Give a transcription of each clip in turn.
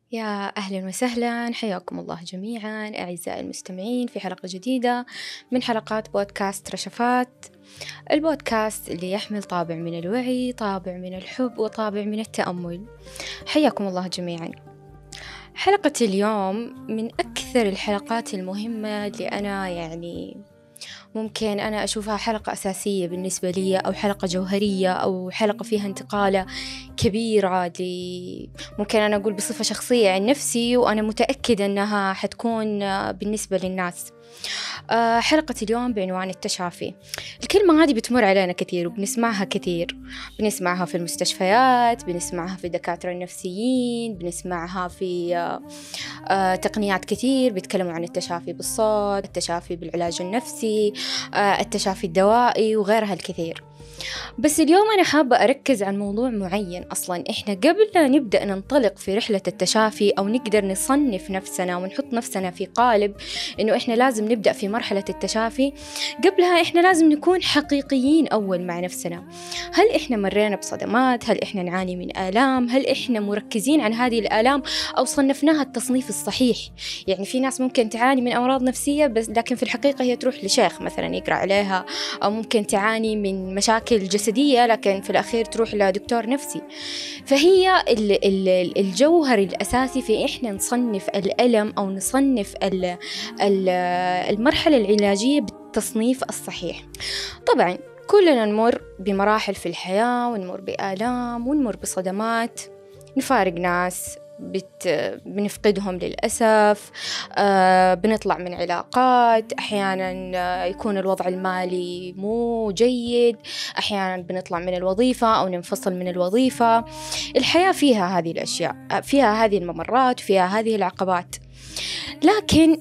يا أهلا وسهلا، حياكم الله جميعا أعزائي المستمعين في حلقة جديدة من حلقات بودكاست رشفات، البودكاست اللي يحمل طابع من الوعي، طابع من الحب، وطابع من التأمل. حياكم الله جميعا. حلقة اليوم من أكثر الحلقات المهمة اللي أنا ممكن أنا أشوفها حلقة أساسية بالنسبة لي، أو حلقة جوهرية، أو حلقة فيها انتقالة كبيرة ممكن أنا أقول بصفة شخصية عن نفسي، وأنا متأكدة أنها حتكون بالنسبة للناس. حلقة اليوم بعنوان التشافي. الكلمة هذه بتمر علينا كثير وبنسمعها كثير، بنسمعها في المستشفيات، بنسمعها في الدكاترة النفسيين، بنسمعها في تقنيات كثير بيتكلموا عن التشافي بالصوت، التشافي بالعلاج النفسي، التشافي الدوائي وغيرها الكثير. بس اليوم أنا حابة أركز على موضوع معين. أصلاً إحنا قبل لا نبدأ ننطلق في رحلة التشافي أو نقدر نصنف نفسنا ونحط نفسنا في قالب إنه إحنا لازم نبدأ في مرحلة التشافي، قبلها إحنا لازم نكون حقيقيين أول مع نفسنا. هل إحنا مرينا بصدمات؟ هل إحنا نعاني من آلام؟ هل إحنا مركزين عن هذه الآلام أو صنفناها التصنيف الصحيح؟ يعني في ناس ممكن تعاني من أمراض نفسية بس لكن في الحقيقة هي تروح لشيخ مثلاً يقرأ عليها، أو ممكن تعاني من مشاكل جسدية لكن في الأخير تروح لدكتور نفسي. فهي الجوهر الأساسي في إحنا نصنف الألم أو نصنف المرحلة العلاجية بالتصنيف الصحيح. طبعا كلنا نمر بمراحل في الحياة، ونمر بآلام، ونمر بصدمات، نفارق ناس، بنفقدهم للأسف، بنطلع من علاقات، أحيانا يكون الوضع المالي مو جيد، أحيانا بنطلع من الوظيفة أو ننفصل من الوظيفة. الحياة فيها هذه الأشياء، فيها هذه الممرات، فيها هذه العقبات. لكن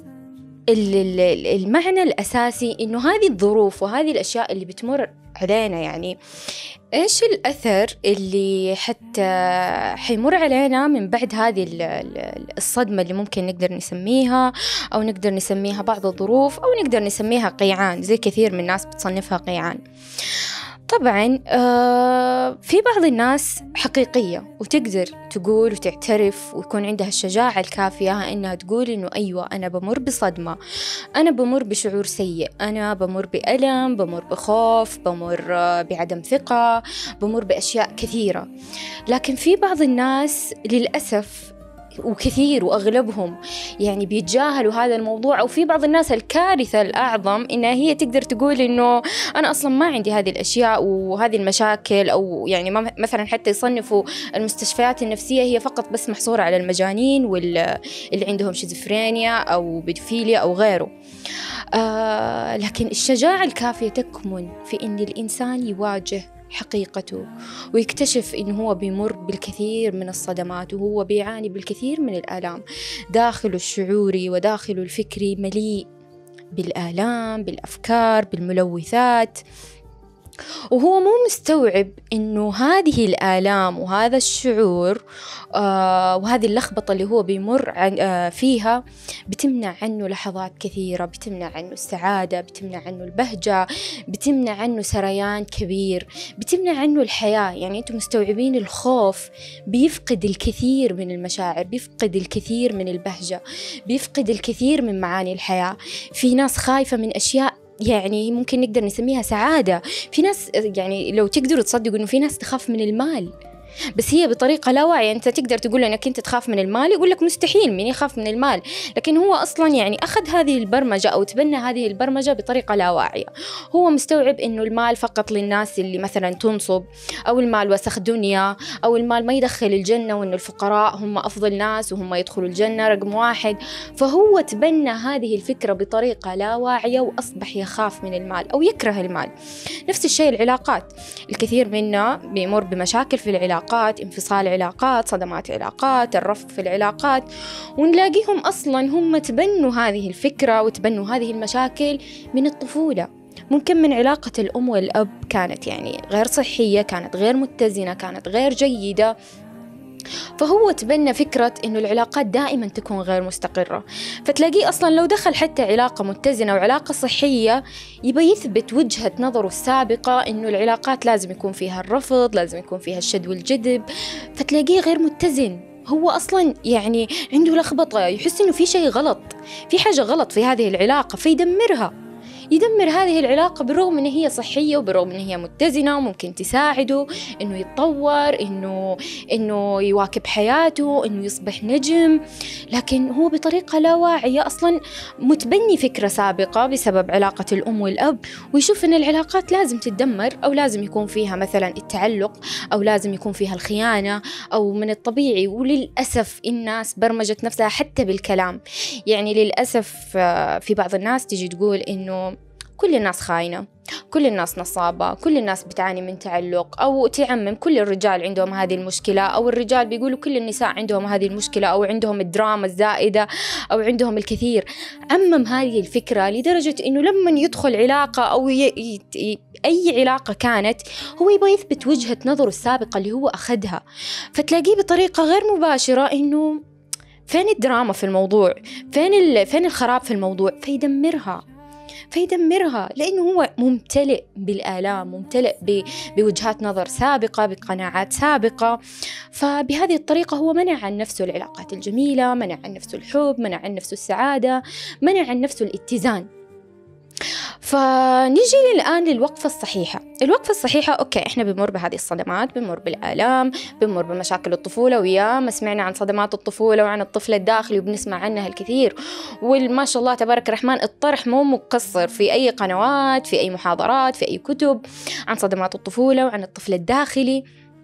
المعنى الأساسي إنه هذه الظروف وهذه الأشياء اللي بتمر علينا، إيش الأثر اللي حتى حيمر علينا من بعد هذه الصدمة اللي ممكن نقدر نسميها، أو نقدر نسميها بعض الظروف، أو نقدر نسميها قيعان زي كثير من الناس بتصنفها قيعان. طبعا في بعض الناس حقيقية وتقدر تقول وتعترف ويكون عندها الشجاعة الكافية إنها تقول إنه أيوة أنا بمر بصدمة، أنا بمر بشعور سيء، أنا بمر بألم، بمر بخوف، بمر بعدم ثقة، بمر بأشياء كثيرة. لكن في بعض الناس للأسف وكثير وأغلبهم بيتجاهلوا هذا الموضوع، أو في بعض الناس الكارثة الأعظم إنها هي تقدر تقول إنه أنا أصلا ما عندي هذه الأشياء وهذه المشاكل، أو مثلا حتى يصنفوا المستشفيات النفسية هي فقط بس محصورة على المجانين واللي عندهم شيزوفرينيا أو بيدفيليا أو غيره. لكن الشجاعة الكافية تكمن في إن الإنسان يواجه حقيقته ويكتشف إنه هو بيمر بالكثير من الصدمات، وهو بيعاني بالكثير من الآلام. داخله الشعوري وداخله الفكري مليء بالآلام، بالأفكار، بالملوثات، وهو مو مستوعب إنه هذه الآلام وهذا الشعور وهذه اللخبطة اللي هو بيمر فيها بتمنع عنه لحظات كثيرة، بتمنع عنه السعادة، بتمنع عنه البهجة، بتمنع عنه سريان كبير، بتمنع عنه الحياة. أنتم مستوعبين الخوف بيفقد الكثير من المشاعر، بيفقد الكثير من البهجة، بيفقد الكثير من معاني الحياة. في ناس خايفة من أشياء ممكن نقدر نسميها سعادة. في ناس لو تقدروا تصدقوا إنه في ناس تخاف من المال، بس هي بطريقة لا واعية. أنت تقدر تقول أنك أنت تخاف من المال، يقول لك مستحيل مين يخاف من المال، لكن هو أصلا أخذ هذه البرمجة أو تبنى هذه البرمجة بطريقة لا واعية. هو مستوعب إنه المال فقط للناس اللي مثلا تنصب، أو المال وسخ دنيا، أو المال ما يدخل الجنة، وإنه الفقراء هم أفضل ناس وهم يدخلوا الجنة رقم واحد. فهو تبنى هذه الفكرة بطريقة لا واعية وأصبح يخاف من المال أو يكره المال. نفس الشيء العلاقات، الكثير منا بيمر بمشاكل في العلاقات، انفصال علاقات، صدمات علاقات، الرفض في العلاقات، ونلاقيهم أصلا هم تبنوا هذه الفكرة وتبنوا هذه المشاكل من الطفولة. ممكن من علاقة الأم والأب كانت غير صحية، كانت غير متزنة، كانت غير جيدة، فهو تبنى فكرة إنه العلاقات دائما تكون غير مستقرة. فتلاقيه أصلا لو دخل حتى علاقة متزنة وعلاقة صحية يبقى يثبت وجهة نظره السابقة إنه العلاقات لازم يكون فيها الرفض، لازم يكون فيها الشد والجذب، فتلاقيه غير متزن. هو أصلا يعني عنده لخبطة، يحس إنه في شيء غلط، في حاجة غلط في هذه العلاقة، فيدمرها، يدمر هذه العلاقة بالرغم إن هي صحية وبالرغم إن هي متزنة وممكن تساعده إنه يتطور، إنه يواكب حياته، إنه يصبح نجم، لكن هو بطريقة لا واعية أصلاً متبني فكرة سابقة بسبب علاقة الأم والأب، ويشوف إن العلاقات لازم تتدمر، أو لازم يكون فيها مثلاً التعلق، أو لازم يكون فيها الخيانة، أو من الطبيعي. وللأسف الناس برمجت نفسها حتى بالكلام، يعني للأسف في بعض الناس تيجي تقول إنه كل الناس خاينة، كل الناس نصابة، كل الناس بتعاني من تعلق، أو تعمم كل الرجال عندهم هذه المشكلة، أو الرجال بيقولوا كل النساء عندهم هذه المشكلة، أو عندهم الدراما الزائدة، أو عندهم الكثير. عمم هذه الفكرة لدرجة إنه لما يدخل علاقة أو أي علاقة كانت، هو يبغى يثبت وجهة نظره السابقة اللي هو أخذها، فتلاقيه بطريقة غير مباشرة إنه فين الدراما في الموضوع، فين الخراب في الموضوع، فيدمرها لأنه هو ممتلئ بالآلام، ممتلئ بوجهات نظر سابقة، بقناعات سابقة. فبهذه الطريقة هو منع عن نفسه العلاقات الجميلة، منع عن نفسه الحب، منع عن نفسه السعادة، منع عن نفسه الاتزان. فنيجي الآن للوقفة الصحيحة. الوقفة الصحيحة أوكي، إحنا بنمر بهذه الصدمات، بنمر بالآلام، بنمر بمشاكل الطفولة، ويا ما سمعنا عن صدمات الطفولة وعن الطفل الداخلي وبنسمع عنها الكثير، وما شاء الله تبارك الرحمن الطرح مو مقصر في أي قنوات، في أي محاضرات، في أي كتب عن صدمات الطفولة وعن الطفل الداخلي.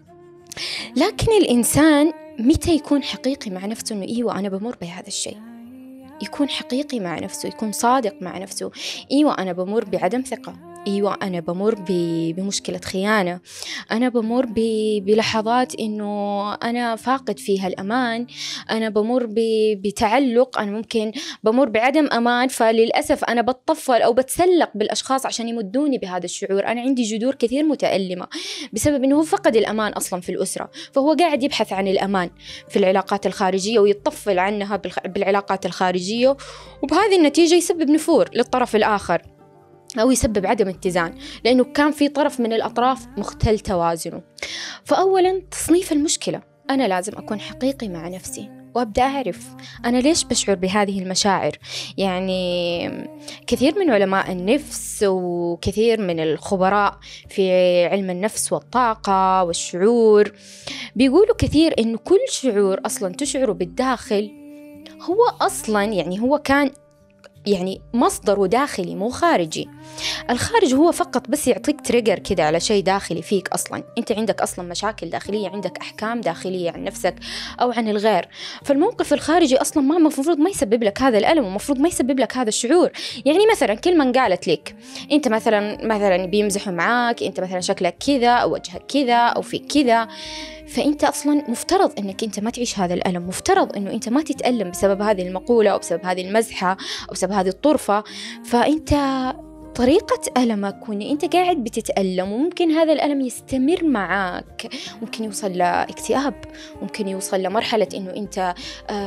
لكن الإنسان متى يكون حقيقي مع نفسه إنه إيوه أنا بمر بهذا الشيء؟ يكون حقيقي مع نفسه، يكون صادق مع نفسه. إيوة أنا بمر بعدم ثقة، إيوة أنا بمر بمشكلة خيانة، أنا بمر بلحظات إنه أنا فاقد فيها الأمان، أنا بمر بتعلق، أنا ممكن بمر بعدم أمان، فللأسف أنا بتطفل أو بتسلق بالأشخاص عشان يمدوني بهذا الشعور. أنا عندي جذور كثير متألمة بسبب إنه هو فقد الأمان أصلا في الأسرة، فهو قاعد يبحث عن الأمان في العلاقات الخارجية ويتطفل عنها بالعلاقات الخارجية، وبهذه النتيجة يسبب نفور للطرف الآخر أو يسبب عدم اتزان، لأنه كان في طرف من الأطراف مختل توازنه. فأولا تصنيف المشكلة، أنا لازم أكون حقيقي مع نفسي وأبدأ أعرف أنا ليش بشعر بهذه المشاعر. يعني كثير من علماء النفس وكثير من الخبراء في علم النفس والطاقة والشعور بيقولوا كثير إنه كل شعور أصلا تشعره بالداخل هو أصلا يعني هو كان يعني مصدره داخلي مو خارجي. الخارج هو فقط بس يعطيك تريجر كده على شيء داخلي فيك، أصلا أنت عندك أصلا مشاكل داخلية، عندك أحكام داخلية عن نفسك أو عن الغير. فالموقف الخارجي أصلا ما مفروض ما يسبب لك هذا الألم، ومفروض ما يسبب لك هذا الشعور. يعني مثلا كلمة قالت لك أنت مثلا بيمزحوا معاك، أنت مثلا شكلك كذا أو وجهك كذا أو فيك كذا، فأنت أصلاً مفترض أنك أنت ما تعيش هذا الألم، مفترض أنه أنت ما تتألم بسبب هذه المقولة أو بسبب هذه المزحة أو بسبب هذه الطرفة. فأنت طريقة ألمك وأن أنت قاعد بتتألم، وممكن هذا الألم يستمر معك، ممكن يوصل لاكتئاب، ممكن يوصل لمرحلة أنه أنت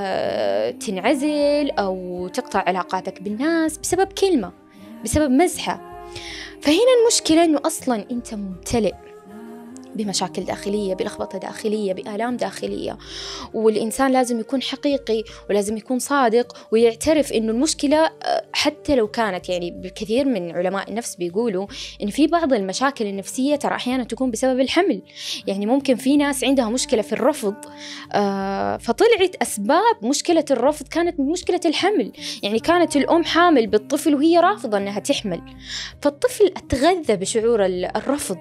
تنعزل أو تقطع علاقاتك بالناس بسبب كلمة، بسبب مزحة. فهنا المشكلة أنه أصلاً أنت ممتلئ بمشاكل داخلية، بلخبطة داخلية، بآلام داخلية. والإنسان لازم يكون حقيقي ولازم يكون صادق ويعترف إنه المشكلة حتى لو كانت، يعني بكثير من علماء النفس بيقولوا إن في بعض المشاكل النفسية ترى أحيانا تكون بسبب الحمل. يعني ممكن في ناس عندها مشكلة في الرفض، فطلعت أسباب مشكلة الرفض كانت من مشكلة الحمل. يعني كانت الأم حامل بالطفل وهي رافضة أنها تحمل، فالطفل أتغذى بشعور الرفض.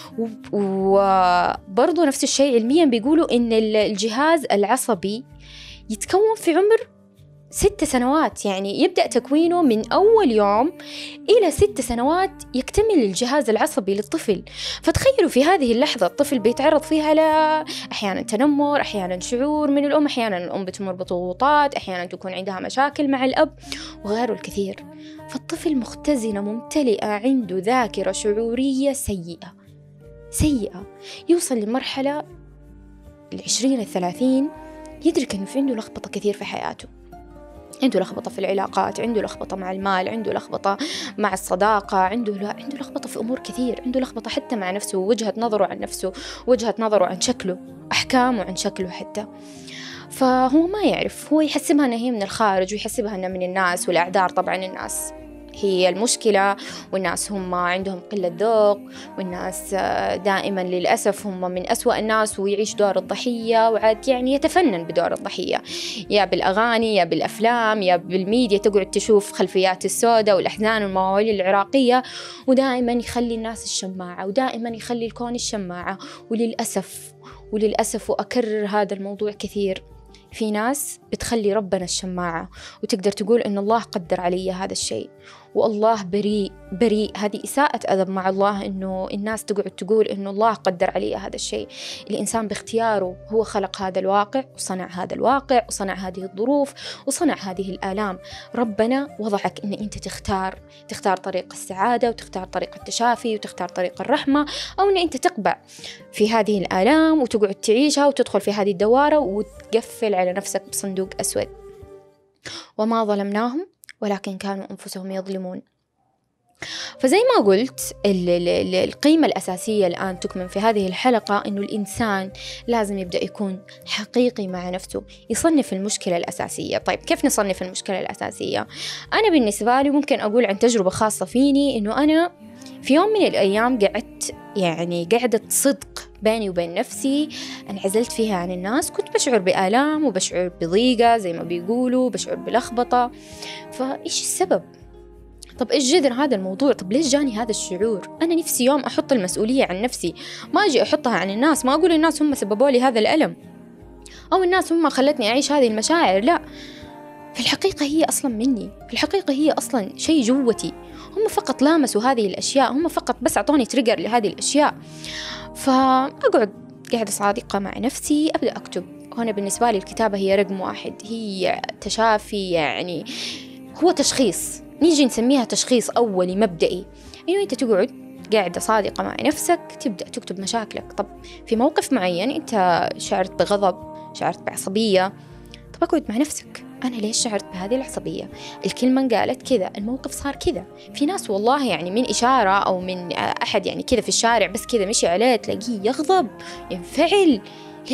وبرضو نفس الشيء علميا بيقولوا إن الجهاز العصبي يتكون في عمر 6 سنوات، يعني يبدأ تكوينه من أول يوم إلى 6 سنوات يكتمل الجهاز العصبي للطفل. فتخيلوا في هذه اللحظة الطفل بيتعرض فيها أحيانا تنمر، أحيانا شعور من الأم، أحيانا الأم بتمر بضغوطات، أحيانا تكون عندها مشاكل مع الأب وغيره الكثير. فالطفل مختزنة ممتلئة عنده ذاكرة شعورية سيئة، يوصل لمرحلة 20-30 يدرك أنه في عنده لخبطة كثير في حياته، عنده لخبطة في العلاقات، عنده لخبطة مع المال، عنده لخبطة مع الصداقة، عنده لخبطة في أمور كثير، عنده لخبطة حتى مع نفسه، وجهة نظره عن نفسه، وجهة نظره عن شكله، أحكامه عن شكله حتى. فهو ما يعرف، هو يحسبها أنها هي من الخارج ويحسبها أنها من الناس، والأعذار طبعا الناس هي المشكلة، والناس هم عندهم قلة ذوق، والناس دائما للأسف هم من أسوأ الناس، ويعيش دور الضحية، وعاد يعني يتفنن بدور الضحية، يا بالأغاني يا بالأفلام يا بالميديا، تقعد تشوف خلفيات السوداء والأحزان والمواويل العراقية، ودائما يخلي الناس الشماعة، ودائما يخلي الكون الشماعة. وللأسف وأكرر هذا الموضوع كثير، في ناس بتخلي ربنا الشماعة، وتقدر تقول إن الله قدر علي هذا الشيء، والله بريء بريء. هذه إساءة أدب مع الله، إنه الناس تقعد تقول إنه الله قدر علي هذا الشيء. الإنسان باختياره هو خلق هذا الواقع، وصنع هذا الواقع، وصنع هذه الظروف، وصنع هذه الآلام. ربنا وضعك إن أنت تختار طريق السعادة، وتختار طريق التشافي، وتختار طريق الرحمة، أو إن أنت تقبع في هذه الآلام وتقعد تعيشها وتدخل في هذه الدوارة وتقفل على نفسك بصندوق أسود. وما ظلمناهم ولكن كانوا أنفسهم يظلمون. فزي ما قلت، القيمة الأساسية الآن تكمن في هذه الحلقة إنه الإنسان لازم يبدأ يكون حقيقي مع نفسه، يصنف المشكلة الأساسية. طيب كيف نصنف المشكلة الأساسية؟ أنا بالنسبة لي ممكن أقول عن تجربة خاصة فيني، إنه أنا في يوم من الأيام قعدت صدق بيني وبين نفسي، انعزلت فيها عن الناس، كنت بشعر بآلام وبشعر بضيقة زي ما بيقولوا، بشعر بلخبطة. فإيش السبب؟ طب إيش جذر هذا الموضوع؟ طب ليش جاني هذا الشعور؟ أنا نفسي يوم أحط المسؤولية عن نفسي، ما أجي أحطها عن الناس، ما أقول الناس هم سببوا لي هذا الألم، أو الناس هم خلتني أعيش هذه المشاعر. لا، في الحقيقة هي أصلا مني، في الحقيقة هي أصلا شيء جوتي، هم فقط لامسوا هذه الأشياء، هم فقط بس أعطوني تريجر لهذه الأشياء. فأقعد قاعدة صادقة مع نفسي، أبدأ أكتب. هنا بالنسبة لي الكتابة هي رقم 1، هي تشافي، يعني هو تشخيص، نيجي نسميها تشخيص أولي مبدئي، إنه أنت تقعد قاعدة صادقة مع نفسك، تبدأ تكتب مشاكلك. طب في موقف معين أنت شعرت بغضب، شعرت بعصبية، طب أقعد مع نفسك، أنا ليش شعرت بهذه العصبية؟ الكلمة قالت كذا، الموقف صار كذا. في ناس والله يعني من إشارة أو من أحد يعني كذا في الشارع بس كذا مشي عليه تلاقيه يغضب ينفعل.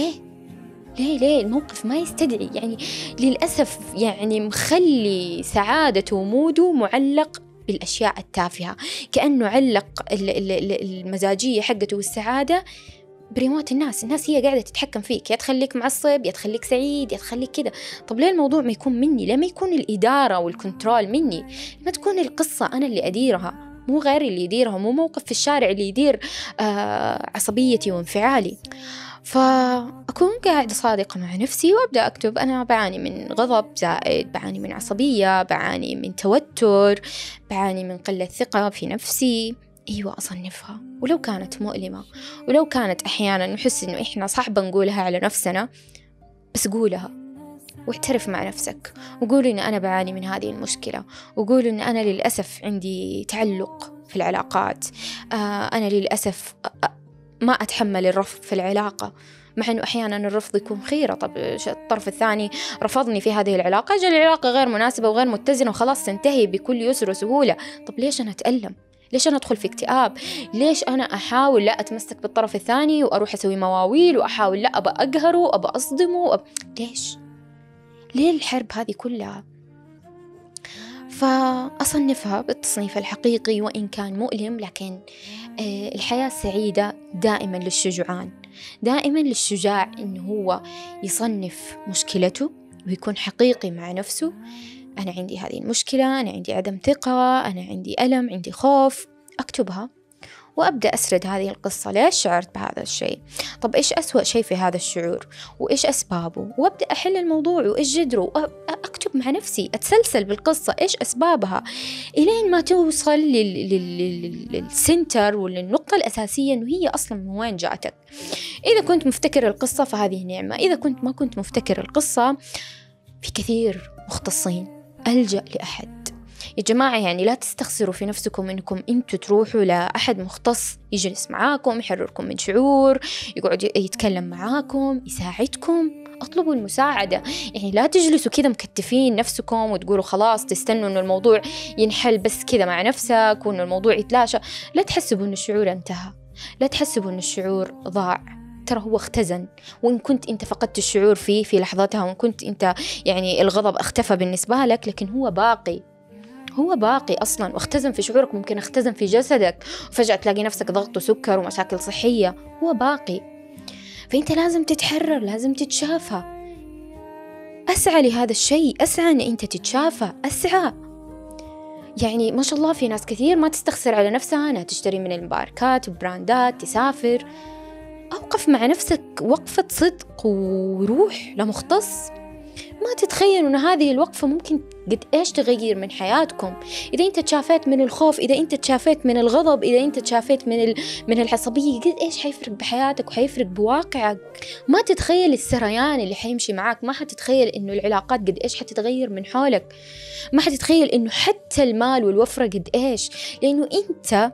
ليه الموقف ما يستدعي، يعني للأسف يعني مخلي سعادته وموده معلق بالأشياء التافهة، كأنه علق المزاجية حقته والسعادة بريموت الناس هي قاعدة تتحكم فيك، يا تخليك معصب، يا تخليك سعيد، يا تخليك كده. طب ليه الموضوع ما يكون مني؟ ليه ما يكون الإدارة والكنترول مني؟ ما تكون القصة أنا اللي أديرها، مو غيري اللي يديرها، مو موقف في الشارع اللي يدير عصبيتي وانفعالي. فأكون قاعدة صادقة مع نفسي وأبدأ أكتب. أنا بعاني من غضب زائد، بعاني من عصبية، بعاني من توتر، بعاني من قلة ثقة في نفسي. أيوة، أصنفها، ولو كانت مؤلمة، ولو كانت أحيانا نحس إنه إحنا صعبة نقولها على نفسنا، بس قولها واعترف مع نفسك، وقول إن أنا بعاني من هذه المشكلة، وقول إن أنا للأسف عندي تعلق في العلاقات، أنا للأسف ما أتحمل الرفض في العلاقة، مع أنه أحيانا الرفض يكون خيرة. طب الطرف الثاني رفضني في هذه العلاقة، أجل العلاقة غير مناسبة وغير متزنة وخلاص تنتهي بكل يسر وسهولة. طب ليش أنا أتألم؟ ليش أنا أدخل في اكتئاب؟ ليش أنا أحاول لا أتمسك بالطرف الثاني وأروح أسوي مواويل وأحاول لا أبى أقهره، أبى أصدمه، ليش؟ ليه الحرب هذه كلها؟ فأصنفها بالتصنيف الحقيقي، وإن كان مؤلم، لكن الحياة السعيدة دائما للشجعان، دائما للشجاع إنه هو يصنف مشكلته ويكون حقيقي مع نفسه. أنا عندي هذه المشكلة، أنا عندي عدم ثقة، أنا عندي ألم، عندي خوف، أكتبها وأبدأ أسرد هذه القصة. ليش شعرت بهذا الشيء؟ طب إيش أسوأ شيء في هذا الشعور؟ وإيش أسبابه؟ وأبدأ أحل الموضوع وإيش جذره، أكتب مع نفسي، أتسلسل بالقصة إيش أسبابها، إلين ما توصل للسنتر وللنقطة الأساسية إنه هي أصلا من وين جاءتك. إذا كنت مفتكر القصة فهذه نعمة، إذا ما كنت مفتكر القصة، في كثير مختصين، ألجأ لأحد. يا جماعة يعني لا تستخسروا في نفسكم إنكم أنتوا تروحوا لأحد مختص يجلس معاكم، يحرركم من شعور، يقعد يتكلم معاكم، يساعدكم. اطلبوا المساعدة، يعني لا تجلسوا كذا مكتفين نفسكم وتقولوا خلاص تستنوا إنه الموضوع ينحل بس كذا مع نفسك وإنه الموضوع يتلاشى. لا تحسبوا إنه الشعور انتهى، لا تحسبوا إنه الشعور ضاع، ترى هو اختزن، وإن كنت أنت فقدت الشعور فيه في لحظتها، وإن كنت أنت يعني الغضب اختفى بالنسبة لك، لكن هو باقي، هو باقي أصلاً، واختزن في شعورك، ممكن اختزن في جسدك، وفجأة تلاقي نفسك ضغط وسكر ومشاكل صحية، هو باقي. فأنت لازم تتحرر، لازم تتشافى. أسعى لهذا الشيء، أسعى أن أنت تتشافى، أسعى. يعني ما شاء الله في ناس كثير ما تستخسر على نفسها أنها تشتري من الماركات وبراندات، تسافر. أوقف مع نفسك وقفة صدق وروح لمختص. ما تتخيلوا أن هذه الوقفة ممكن قد إيش تغير من حياتكم. إذا أنت تشافيت من الخوف، إذا أنت تشافيت من الغضب، إذا أنت تشافيت من العصبية، قد إيش حيفرق بحياتك وحيفرق بواقعك. ما تتخيل السريان اللي حيمشي معاك، ما حتتخيل إنه العلاقات قد إيش حتتغير من حولك، ما حتتخيل إنه حتى المال والوفرة قد إيش. لأنه أنت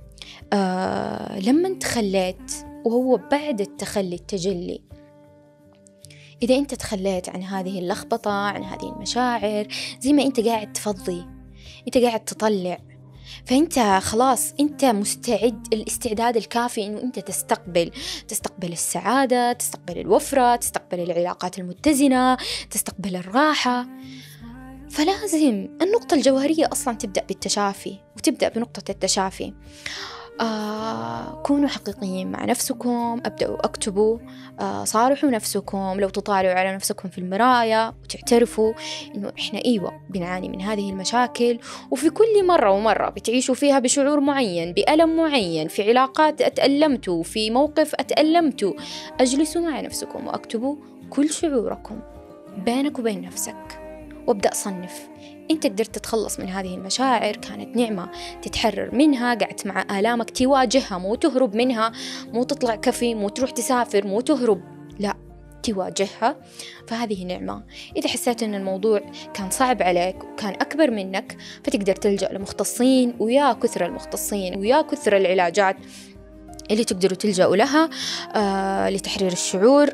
لما تخليت، وهو بعد التخلي التجلي، إذا أنت تخليت عن هذه اللخبطة، عن هذه المشاعر، زي ما أنت قاعد تفضي، أنت قاعد تطلع، فأنت خلاص أنت مستعد الاستعداد الكافي إنه أنت تستقبل السعادة، تستقبل الوفرة، تستقبل العلاقات المتزنة، تستقبل الراحة. فلازم النقطة الجوهرية أصلا تبدأ بالتشافي، وتبدأ بنقطة التشافي. كونوا حقيقيين مع نفسكم، أبدأوا أكتبوا، صارحوا نفسكم، لو تطالعوا على نفسكم في المراية وتعترفوا إنه إحنا أيوة بنعاني من هذه المشاكل، وفي كل مرة ومرة بتعيشوا فيها بشعور معين، بألم معين، في علاقات أتألمتوا، في موقف أتألمتوا. أجلسوا مع نفسكم وأكتبوا كل شعوركم بينك وبين نفسك، وابدأ صنف. أنت قدرت تتخلص من هذه المشاعر، كانت نعمة تتحرر منها، قعدت مع آلامك تواجهها، مو تهرب منها، مو تطلع كفي، مو تروح تسافر، مو تهرب، لا، تواجهها. فهذه نعمة. إذا حسيت أن الموضوع كان صعب عليك وكان أكبر منك، فتقدر تلجأ لمختصين، ويا كثر المختصين ويا كثر العلاجات اللي تقدروا تلجأوا لها لتحرير الشعور.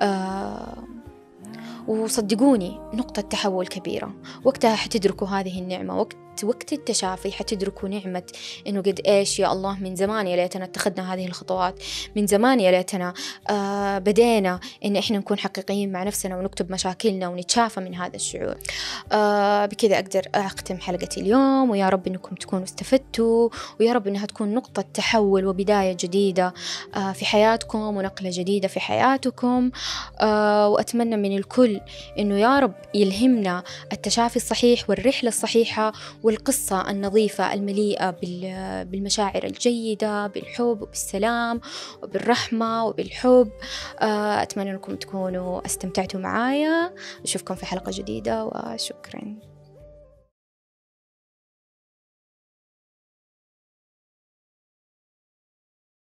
وصدقوني نقطة تحول كبيرة، وقتها حتدركوا هذه النعمة، وقت التشافي حتدركوا نعمة إنه قد إيش يا الله من زمان يا ليتنا اتخذنا هذه الخطوات، من زمان يا ليتنا بدينا إن إحنا نكون حقيقيين مع نفسنا ونكتب مشاكلنا ونتشافى من هذا الشعور. بكذا أقدر أختم حلقتي اليوم، ويا رب إنكم تكونوا استفدتوا، ويا رب إنها تكون نقطة تحول وبداية جديدة في حياتكم، ونقلة جديدة في حياتكم. وأتمنى من الكل إنه يا رب يلهمنا التشافي الصحيح والرحلة الصحيحة والقصة النظيفة المليئة بالمشاعر الجيدة، بالحب وبالسلام وبالرحمة وبالحب. أتمنى أنكم تكونوا استمتعتوا معايا. أشوفكم في حلقة جديدة، وشكرا.